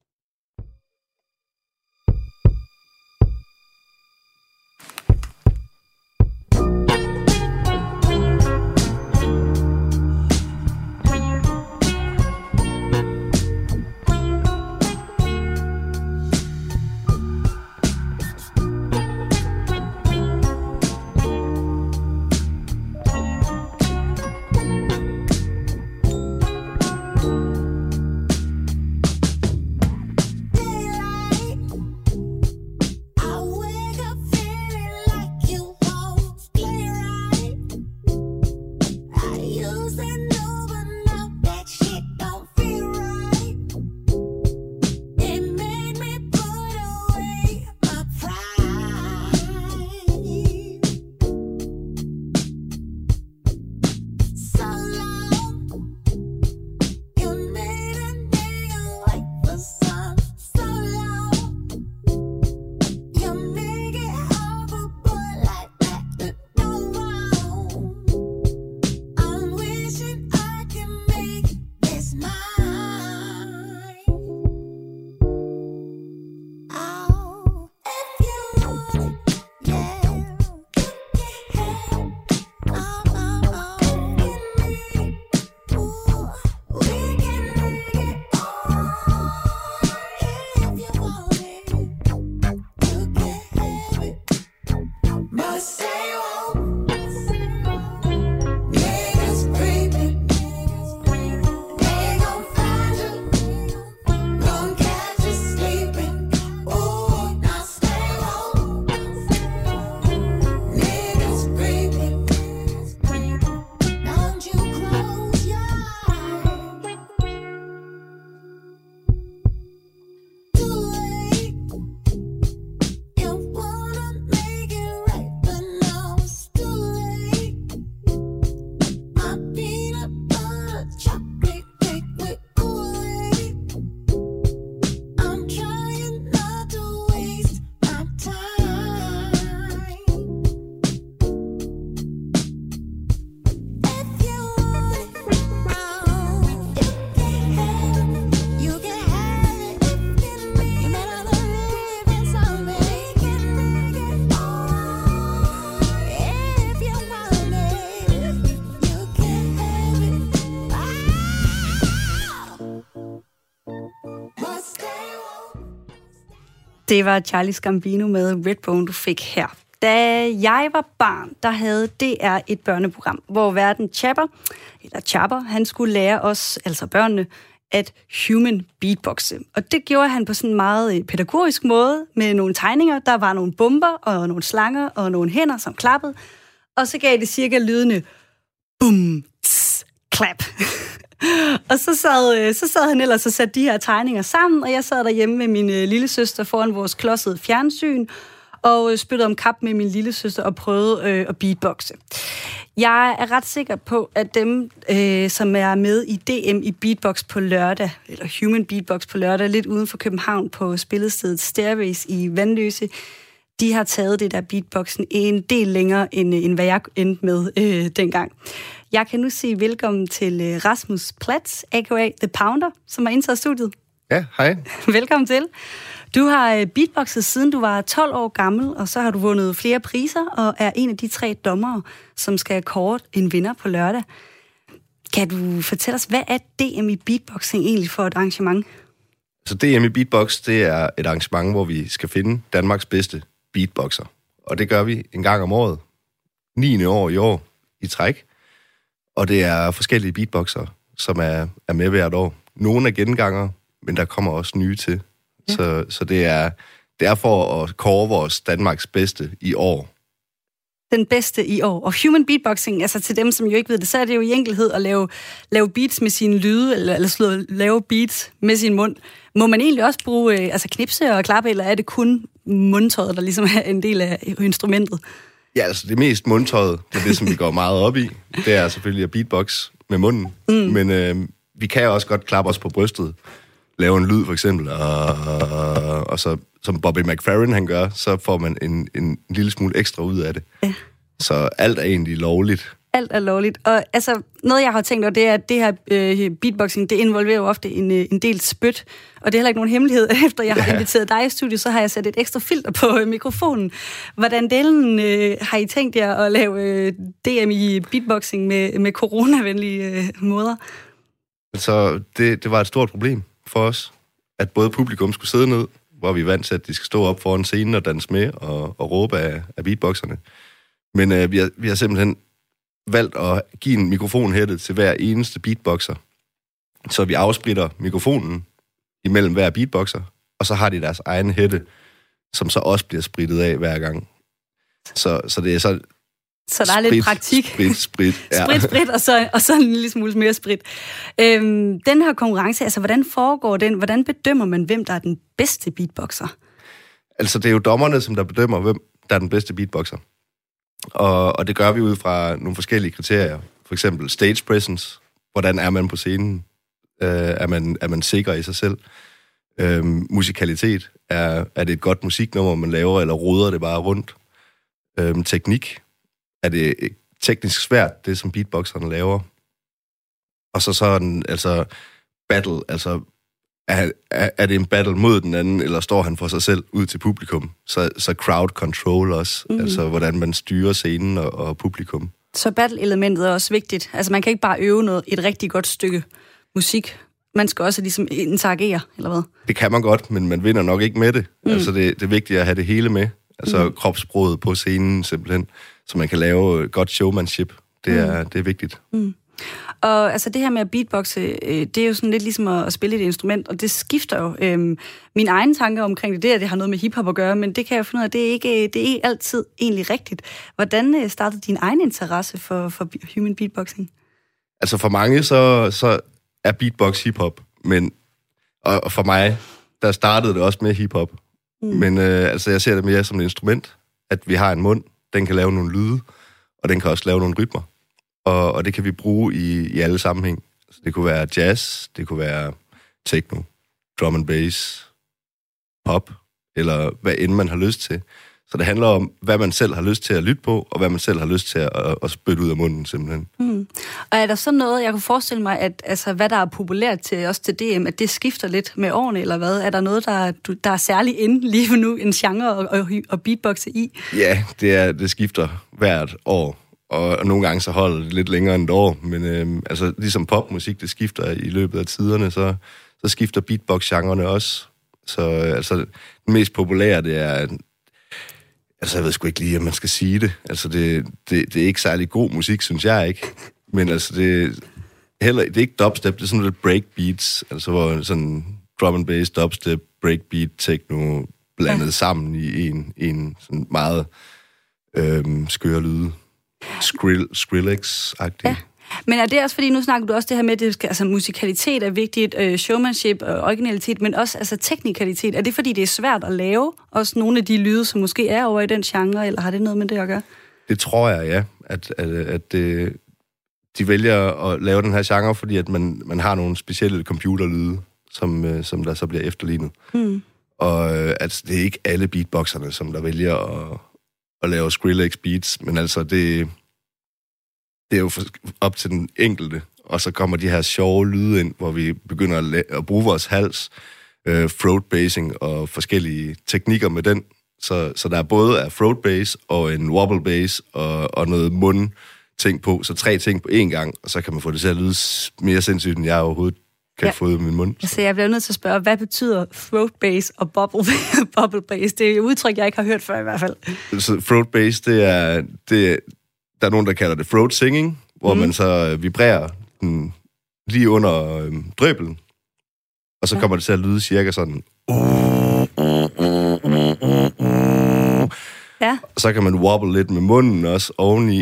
Det var Childish Gambino med Redbone, du fik her. Da jeg var barn, der havde DR et børneprogram, hvor verden Chapper, han skulle lære os, altså børnene, at human beatboxe. Og det gjorde han på sådan en meget pædagogisk måde, med nogle tegninger. Der var nogle bomber og nogle slanger og nogle hænder, som klappede. Og så gav det cirka lydende bum, tss, klap. Og så sad han ellers og satte de her tegninger sammen, og jeg sad derhjemme med min lille søster foran vores klodsede fjernsyn, og spyttede om kap med min lille søster og prøvede at beatboxe. Jeg er ret sikker på, at dem, som er med i DM i beatbox på lørdag, eller Human Beatbox på lørdag, lidt uden for København på spillestedet Stairways i Vanløse, de har taget det der beatboxen en del længere, end hvad jeg endte med dengang. Jeg kan nu sige velkommen til Rasmus Platz, a.k.a. The Pounder, som er indtaget studiet. Ja, hej. Velkommen til. Du har beatboxet siden du var 12 år gammel, og så har du vundet flere priser, og er en af de 3 dommere, som skal kåre en vinder på lørdag. Kan du fortælle os, hvad er DM i beatboxing egentlig for et arrangement? Så DM i beatbox, det er et arrangement, hvor vi skal finde Danmarks bedste beatboxer. Og det gør vi en gang om året. 9. år i år i træk. Og det er forskellige beatboxere, som er med hvert år. Nogle er gengangere, men der kommer også nye til. Ja. Så det er for at kåre vores Danmarks bedste i år. Den bedste i år. Og human beatboxing, altså til dem, som jo ikke ved det, så er det jo i enkelhed at lave beats med sine lyde, eller lave beats med sin mund. Må man egentlig også bruge knipse og klappe, eller er det kun mundtøjet, der ligesom er en del af instrumentet? Ja, altså det mest mundtøjet, det som vi går meget op i, det er selvfølgelig at beatbox med munden. Men vi kan også godt klappe os på brystet, lave en lyd for eksempel, og så som Bobby McFerrin han gør, så får man en lille smule ekstra ud af det. Ja. Så alt er egentlig lovligt. Alt er lovligt. Og altså, noget jeg har tænkt over, det er, at det her beatboxing, det involverer jo ofte en del spyt, og det er heller ikke nogen hemmelighed. Efter jeg har inviteret dig i studiet, så har jeg sat et ekstra filter på mikrofonen. Hvordan delen har I tænkt jer at lave DM i beatboxing med coronavenlige måder? Så det var et stort problem for os, at både publikum skulle sidde ned, hvor vi er vant til, at de skal stå op foran scenen og danse med og råbe af beatboxerne. Men vi har simpelthen valgt at give en mikrofonhætte til hver eneste beatboxer, så vi afspritter mikrofonen imellem hver beatboxer, og så har de deres egen hætte, som så også bliver sprittet af hver gang. Så det er så... Så der er lidt praktik. Sprit. Ja. Sprit, og så en lille smule mere sprit. Den her konkurrence, altså hvordan foregår den? Hvordan bedømmer man, hvem der er den bedste beatboxer? Altså det er jo dommerne, som der bedømmer, hvem der er den bedste beatboxer. Og det gør vi ud fra nogle forskellige kriterier. For eksempel stage presence. Hvordan er man på scenen? Er man sikker i sig selv? Musikalitet. Er det et godt musiknummer, man laver, eller roder det bare rundt? Teknik. Er det teknisk svært, det som beatboxerne laver? Og så sådan, altså, battle, altså, er det en battle mod den anden, eller står han for sig selv ud til publikum? Så crowd control også, altså, hvordan man styrer scenen og publikum. Så battle-elementet er også vigtigt. Altså, man kan ikke bare øve et rigtig godt stykke musik. Man skal også ligesom interagere, eller hvad? Det kan man godt, men man vinder nok ikke med det. Altså, det er vigtigt at have det hele med. Altså, kropssproget på scenen, simpelthen. Så man kan lave godt showmanship. Det er vigtigt. Og altså det her med at beatboxe, det er jo sådan lidt ligesom at spille et instrument, og det skifter jo. Mine egne tanker omkring det, det har noget med hiphop at gøre, men det kan jeg finde ud af, det er ikke altid egentlig rigtigt. Hvordan startede din egen interesse for human beatboxing? Altså for mange, så er beatbox hiphop, men og for mig, der startede det også med hiphop. Men altså jeg ser det mere som et instrument, at vi har en mund, den kan lave nogle lyde, og den kan også lave nogle rytmer. Og det kan vi bruge i alle sammenhæng. Så det kunne være jazz, det kunne være techno, drum and bass, pop, eller hvad end man har lyst til. Så det handler om, hvad man selv har lyst til at lytte på, og hvad man selv har lyst til at spytte ud af munden, simpelthen. Og er der så noget, jeg kunne forestille mig, at altså, hvad der er populært til DM, at det skifter lidt med årene, eller hvad? Er der noget, der er særligt inde lige nu, en genre og beatboxe i? Ja, det skifter hvert år. Og nogle gange så holder det lidt længere end et år, men altså ligesom popmusik, det skifter i løbet af tiderne, så skifter beatbox-genrerne også. Så altså, den mest populære, det er... Altså, jeg ved sgu ikke lige, om man skal sige det. Altså, det er ikke særlig god musik, synes jeg ikke. Men altså, det er ikke dubstep, det er sådan lidt breakbeats. Altså, hvor sådan drum and bass, dubstep, breakbeat, techno blandet sammen i en sådan meget skøre lyde. Skrillex-agtig. Ja. Men er det også, fordi nu snakker du også det her med, at altså, musikalitet er vigtigt, showmanship og originalitet, men også altså, teknikalitet. Er det, fordi det er svært at lave også nogle af de lyde, som måske er over i den genre, eller har det noget med det at gøre? Det tror jeg, ja. At de vælger at lave den her genre, fordi at man har nogle specielle computerlyde, som der så bliver efterlignet. Og altså, det er ikke alle beatboxerne, som der vælger at lave Skrillex beats, men altså, det er jo op til den enkelte. Og så kommer de her sjove lyde ind, hvor vi begynder at bruge vores hals, throat basing og forskellige teknikker med den. Så der er både af throat bass og en wobble bass og noget mund ting på. Så 3 ting på én gang, og så kan man få det til at lyde mere sindssygt, end jeg overhovedet kan få ud af min mund. Så jeg bliver nødt til at spørge, hvad betyder throat bass og bubble bass? Det er et udtryk, jeg ikke har hørt før i hvert fald. Så throat bass, der er nogen, der kalder det throat singing, hvor man så vibrerer den lige under drøbelen, og så kommer det til at lyde cirka sådan. Ja. Og så kan man wobble lidt med munden også oveni.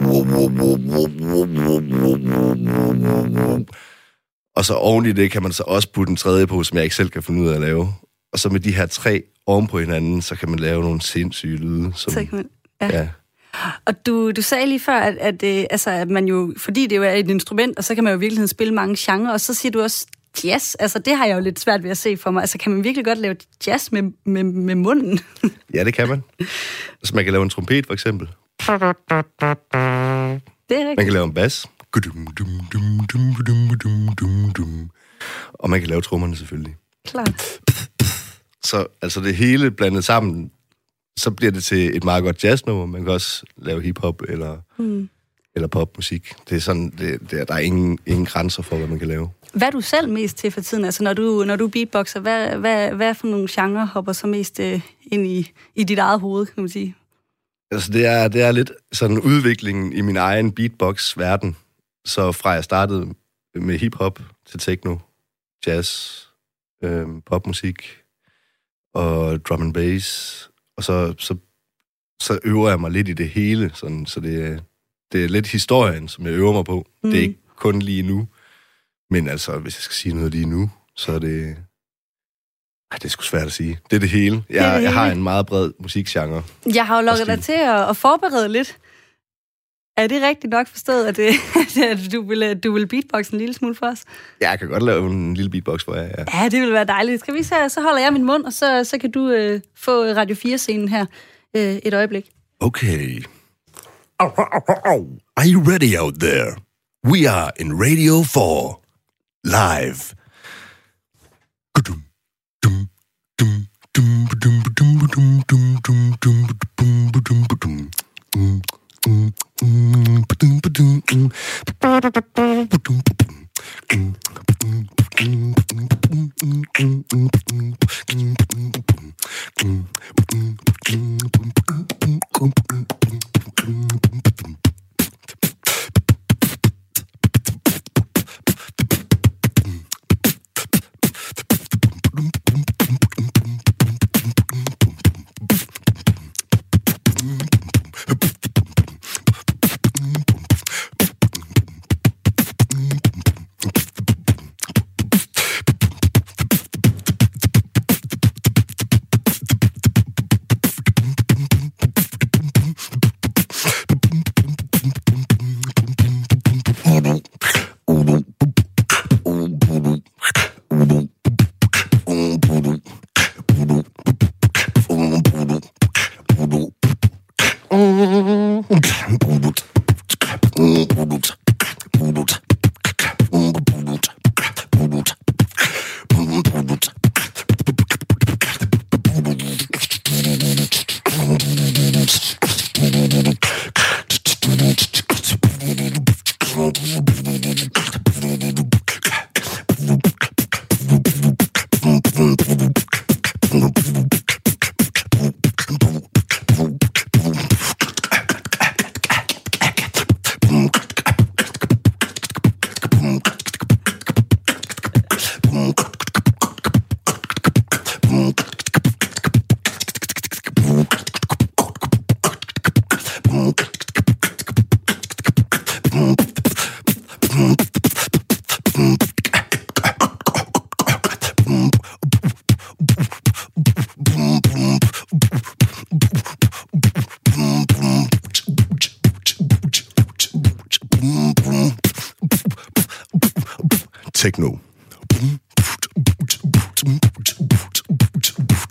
Og så oveni det kan man så også putte en tredje på, som jeg ikke selv kan finde ud af at lave. Og så med de her 3 oven på hinanden, så kan man lave nogle sindssyge lyde. Som, så kan man, ja. Og du sagde lige før, at man jo, fordi det jo er et instrument, og så kan man jo i virkeligheden spille mange genrer, og så siger du også jazz. Altså, det har jeg jo lidt svært ved at se for mig. Altså, kan man virkelig godt lave jazz med munden? Ja, det kan man. Altså, man kan lave en trompet, for eksempel. Det er rigtigt. Man kan lave en bas. Og man kan lave trommerne, selvfølgelig. Klart. Så altså det hele blandet sammen, så bliver det til et meget godt jazznummer. Man kan også lave hiphop eller popmusik. Det er sådan, der er ingen grænser for, hvad man kan lave. Hvad er du selv mest til for tiden? Altså, når du beatboxer, hvad for nogle genrer hopper så mest ind i dit eget hoved, kan man sige? Altså, det er lidt sådan udviklingen i min egen beatbox-verden. Så fra jeg startede med hiphop til techno, jazz, popmusik og drum and bass, og så øver jeg mig lidt i det hele, sådan, så det er lidt historien, som jeg øver mig på. Det er ikke kun lige nu, men altså, hvis jeg skal sige noget lige nu, så er det... Det er sgu svært at sige. Det er det hele. Jeg har en meget bred musikgenre. Jeg har jo lukket dig til at forberede lidt. Er det rigtigt nok forstået, at du vil beatboxe en lille smule for os? Ja, jeg kan godt lave en lille beatbox for jer, ja. Ja, det vil være dejligt. Skal vi så holder jeg min mund, og så kan du få Radio 4-scenen her et øjeblik. Okay. Are you ready out there? We are in Radio 4. Live. Techno.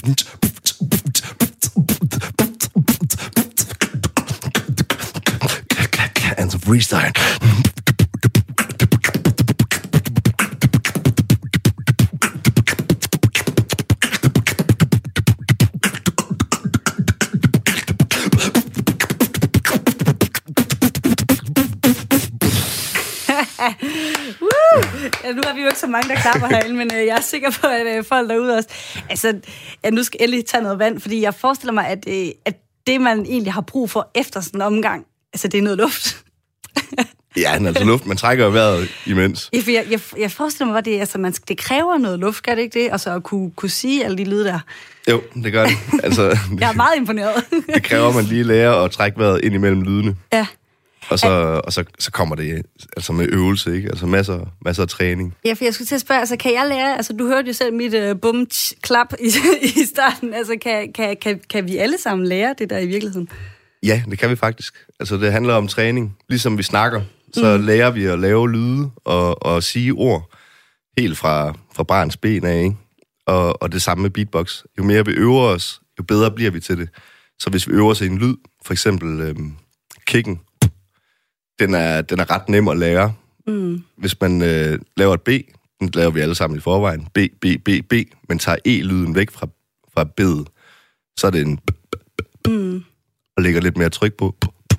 And så freestyle. Ja, nu har vi jo ikke så mange, der klapper herinde, men jeg er sikker på, at folk derude også... Altså, nu skal jeg endelig tage noget vand, fordi jeg forestiller mig, at det, man egentlig har brug for efter sådan en omgang, altså, det er noget luft. Ja, altså luft. Man trækker jo vejret imens. Jeg forestiller mig, at det, altså, det kræver noget luft, gør det ikke det? Altså at kunne sige alle de lyde der. Jo, det gør det. Altså, jeg er meget imponeret. Det kræver, at man lige lærer at trække vejret ind imellem lydene. Ja. Og så kommer det altså med øvelse, ikke? Altså masser af træning. Ja, for jeg skulle til at spørge, altså kan jeg lære, altså du hørte jo selv mit bum-klap i starten, altså kan vi alle sammen lære det der i virkeligheden? Ja, det kan vi faktisk. Altså det handler om træning. Ligesom vi snakker, så lærer vi at lave lyde og sige ord helt fra barns ben af, ikke? Og det samme med beatbox. Jo mere vi øver os, jo bedre bliver vi til det. Så hvis vi øver os i en lyd, for eksempel kicken, den er ret nem at lære. Hvis man laver et B, den laver vi alle sammen i forvejen, B, B, B, B, men tager E-lyden væk fra B'et, så er det en og lægger lidt mere tryk på,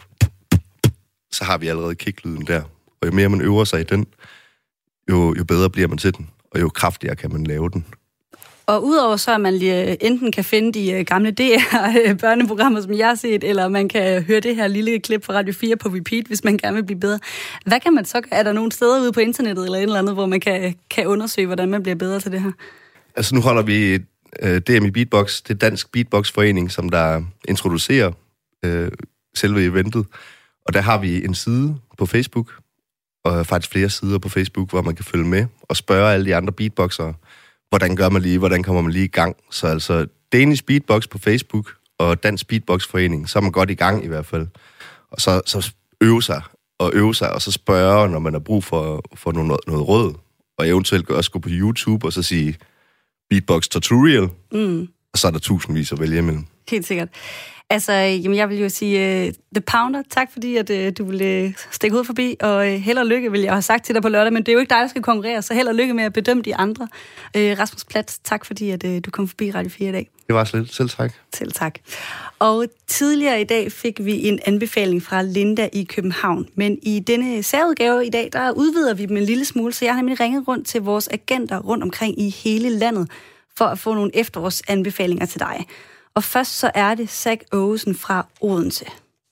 så har vi allerede kick-lyden der. Og jo mere man øver sig i den, jo bedre bliver man til den, og jo kraftigere kan man lave den. Og udover så, at man enten kan finde de gamle DR-børneprogrammer, som jeg har set, eller man kan høre det her lille klip fra Radio 4 på repeat, hvis man gerne vil blive bedre. Hvad kan man så? Er der nogle steder ude på internettet eller et eller andet, hvor man kan undersøge, hvordan man bliver bedre til det her? Altså nu holder vi DMI Beatbox, det er Dansk Beatbox-forening, som der introducerer selve eventet. Og der har vi en side på Facebook, og faktisk flere sider på Facebook, hvor man kan følge med og spørge alle de andre beatboxere, hvordan gør man lige, hvordan kommer man lige i gang. Så altså Danish Beatbox på Facebook og Dansk Beatbox-forening, så er man godt i gang i hvert fald. Og så øve sig, og så spørge, når man har brug for noget råd. Og eventuelt også gå på YouTube og så sige Beatbox Tutorial. Og så er der tusindvis at vælge imellem. Helt sikkert. Altså, jamen, jeg vil jo sige The Pounder, tak fordi, at du ville stikke ud forbi, og held og lykke, vil jeg have sagt til dig på lørdag, men det er jo ikke dig, der skal konkurrere, så held og lykke med at bedømme de andre. Rasmus Plat, tak fordi, at du kom forbi Radio 4 i dag. Det var slet. Selv tak. Selv tak. Og tidligere i dag fik vi en anbefaling fra Linda i København, men i denne særudgave i dag, der udvider vi dem en lille smule, så jeg har nemlig ringet rundt til vores agenter rundt omkring i hele landet, for at få nogle efterårsanbefalinger til dig. Og først så er det Zach Aagesen fra Odense.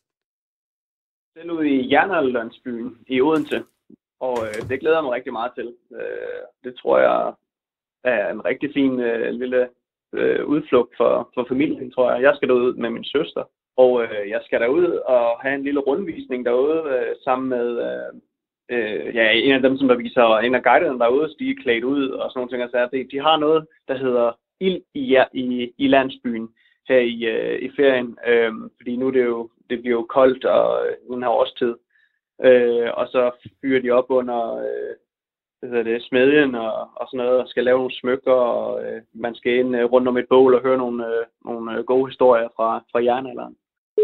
Den ude i Jernalderlandsbyen i Odense, og det glæder jeg mig rigtig meget til. Det tror jeg er en rigtig fin lille udflugt for familien, tror jeg. Jeg skal derud med min søster, og jeg skal derud og have en lille rundvisning derude sammen med en af dem, som der viser, en af guiderne derude, de er klædt ud og sådan nogle ting. Altså, de har noget, der hedder ild i landsbyen her i ferien, fordi nu det bliver jo koldt og den her årstid. Og så fyrer de op under smedjen og sådan noget, og skal lave nogle smykker, og man skal ind rundt om et bål og høre nogle gode historier fra jernalderen.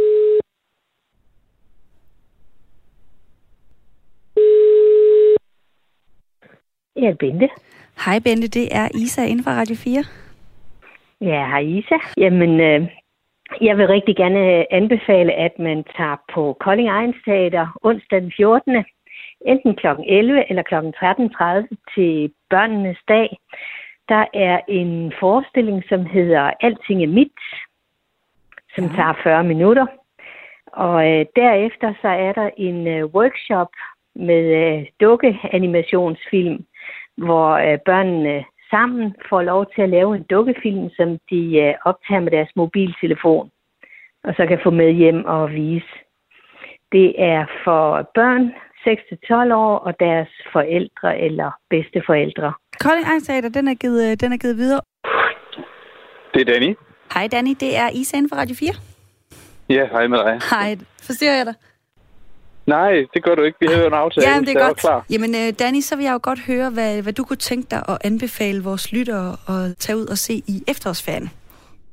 Ja, Bente. Hej Bente, det er Isa inden fra Radio 4. Ja, hej Isa. Jamen, jeg vil rigtig gerne anbefale, at man tager på Kolding Egnsteater onsdag den 14. Enten kl. 11 eller kl. 13.30 til børnenes dag. Der er en forestilling, som hedder Alting er mit, som tager 40 minutter. Og derefter så er der en workshop med dukkeanimationsfilm, hvor børnene sammen får lov til at lave en dukkefilm, som de optager med deres mobiltelefon, og så kan få med hjem og vise. Det er for børn 6-12 år og deres forældre eller bedsteforældre. Kolding Egnsteater, den er givet videre. Det er Danny. Hej Danny, det er Isa inden for Radio 4. Ja, hej med dig. Hej, forstyrrer jeg dig? Nej, det gør du ikke. Vi havde jo en aftale. Ja, det er godt. Klar. Jamen, Danny, så vil jeg jo godt høre, hvad du kunne tænke dig at anbefale vores lyttere at tage ud og se i efterårsferien.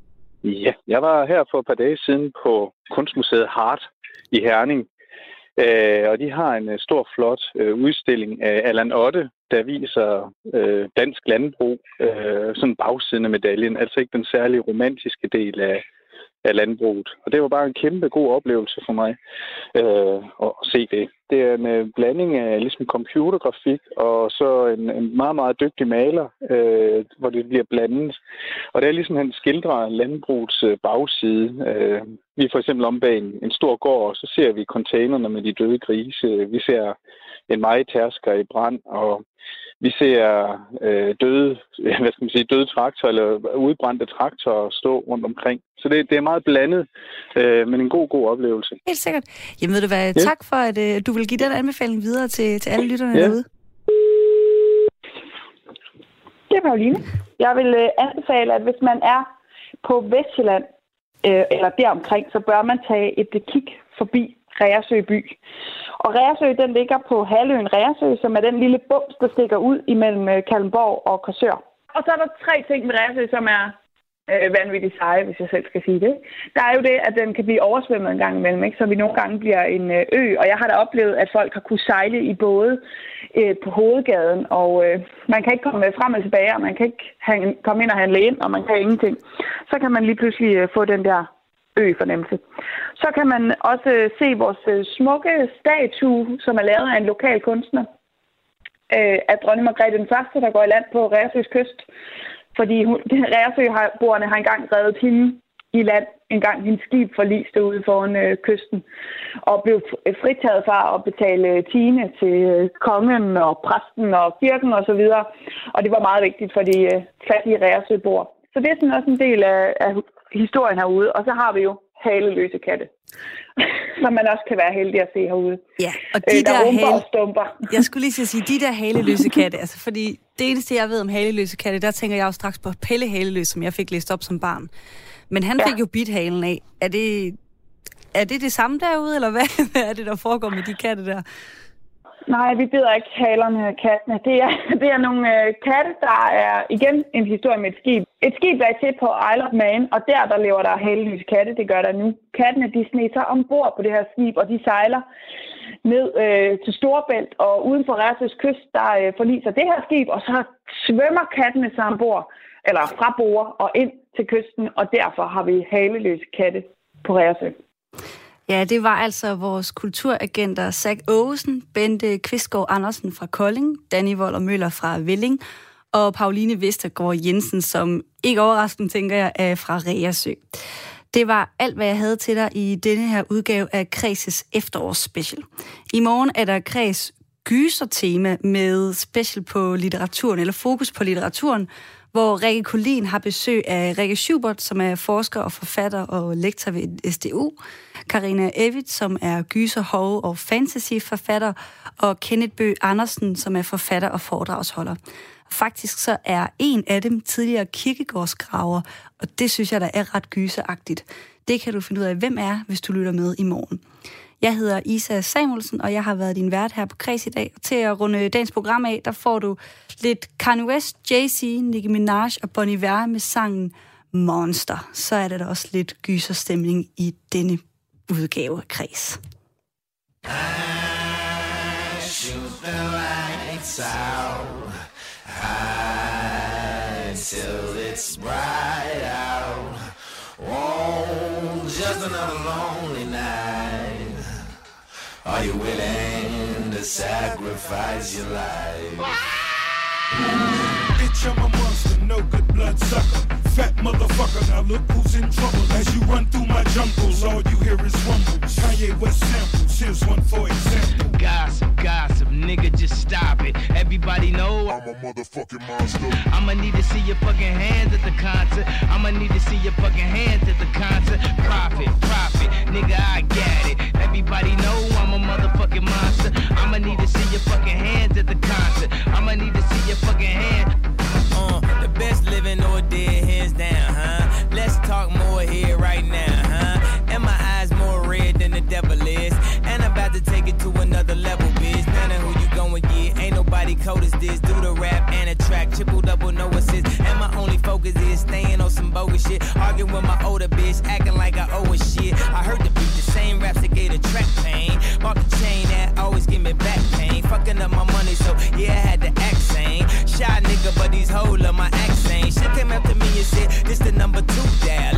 Ja, jeg var her for et par dage siden på Kunstmuseet Hart i Herning. Og de har en stor, flot udstilling af Allan Otte, der viser dansk landbrug, sådan bagsiden af medaljen, altså ikke den særlige romantiske del af landbruget. Og det var bare en kæmpe god oplevelse for mig at se det. Det er en blanding af ligesom computergrafik og så en meget, meget dygtig maler, hvor det bliver blandet. Og det er ligesom, han skildrer landbrugets bagside. Vi er for eksempel om bag en stor gård, og så ser vi containerne med de døde grise. Vi ser en majtærsker i brand, og vi ser døde traktorer eller udbrændte traktorer stå rundt omkring. Så det er meget blandet, men en god oplevelse. Helt sikkert. Jamen ved du hvad, tak for, at du vil give den anbefaling videre til alle lytterne derude. Det er Pauline. Jeg vil anbefale, at hvis man er på Vestjylland, eller deromkring, så bør man tage et kig forbi Reersø by. Og Reersø, den ligger på halvøen Reersø, som er den lille bums, der stikker ud imellem Kalundborg og Korsør. Og så er der 3 ting med Reersø, som er vanvittigt seje, hvis jeg selv skal sige det. Der er jo det, at den kan blive oversvømmet en gang imellem, ikke? Så vi nogle gange bliver en ø. Og jeg har da oplevet, at folk har kunnet sejle i både på hovedgaden, og man kan ikke komme frem og tilbage, og man kan ikke komme ind og handle ind, og man kan ingenting. Så kan man lige pludselig få den der ø-fornemmelse. Så kan man også se vores smukke statue, som er lavet af en lokal kunstner, af dronning Margrethe den Første, der går i land på Reersøs kyst. Fordi Reersø-boerne har engang reddet hende i land, engang hendes skib forliste ude foran kysten, og blev fritaget fra at betale tiende til kongen og præsten og kirken osv. Og det var meget vigtigt for de fattige Reersø-boere. Så det er sådan også en del af historien herude. Og så har vi jo haleløse katte, som man også kan være heldig at se herude. Ja, og de der stumper. Jeg skulle lige sige, de der haleløse katte, altså fordi det eneste, jeg ved om haleløse katte, der tænker jeg jo straks på Pelle Haleløs, som jeg fik læst op som barn. Men han fik jo bidt halen af. Er det samme derude, eller hvad er det, der foregår med de katte der? Nej, vi bider ikke halerne af kattene. Det er nogle katte, der er igen en historie med et skib. Et skib, der er til på Isle of Man, og der lever der haleløse katte. Det gør der nu. Kattene, de sneger sig ombord på det her skib, og de sejler ned til Storebælt, og uden for Reersøs kyst, der forliser det her skib, og så svømmer kattene sig ombord, eller fra bord og ind til kysten, og derfor har vi haleløse katte på Reersø. Ja, det var altså vores kulturagenter Zach Aagesen, Bente Kvistgaard Andersen fra Kolding, Danny Vold og Møller fra Velling og Pauline Vestergaard Jensen, som ikke overraskende, tænker jeg, er fra Reersø. Det var alt, hvad jeg havde til dig i denne her udgave af Kredses efterårsspecial. I morgen er der Kreds gyser-tema med special på litteraturen, eller fokus på litteraturen, hvor Rikke Collin har besøg af Rikke Schubert, som er forsker og forfatter og lektor ved SDU, Karina Evitt, som er gyser, horror og fantasy-forfatter, og Kenneth Bøgh Andersen, som er forfatter og foredragsholder. Faktisk så er en af dem tidligere kirkegårdsgraver, og det synes jeg, der er ret gyseragtigt. Det kan du finde ud af, hvem er, hvis du lytter med i morgen. Jeg hedder Isa Samuelsen, og jeg har været din vært her på Kreds i dag. Til at runde dagens program af, der får du lidt Kanye West, Jay-Z, Nicki Minaj og Bon Iver med sangen Monster. Så er der da også lidt gyserstemning i denne udgave af Kreds. Just another lonely night. Are you willing to sacrifice your life? Bitch, I'm a monster, no good blood sucker. Fat motherfucker, now look who's in trouble. As you run through my jungles, all you hear is rumbles. Kanye West samples, here's one for example. Gossip, nigga, just stop it. Everybody know I'm a motherfucking monster. I'ma need to see your fucking hands at the concert. I'ma need to see your fucking hands at the concert. Profit, nigga, I got it. Everybody know I'm a motherfucking monster. I'ma need to see your fucking hands at the concert. I'ma need to see your fucking hands. The best living or dead, hands down, huh? Let's talk more here right now, huh? And my eyes more red than the devil is. And I'm about to take it to another level, bitch. None of who you gon' get, ain't nobody cold as this. Do the rap and a track, triple double, no assist. And my only focus is staying on some bogus shit. Arguing with my older bitch, acting like I owe a shit. I heard the beat, the same raps that gave the track pain. Bought the chain that always give me back pain. Fucking up my money, so yeah, I had to act sane. Shy nigga, but these hoes love my accent. Shit came after me and said, this the number 2 dad.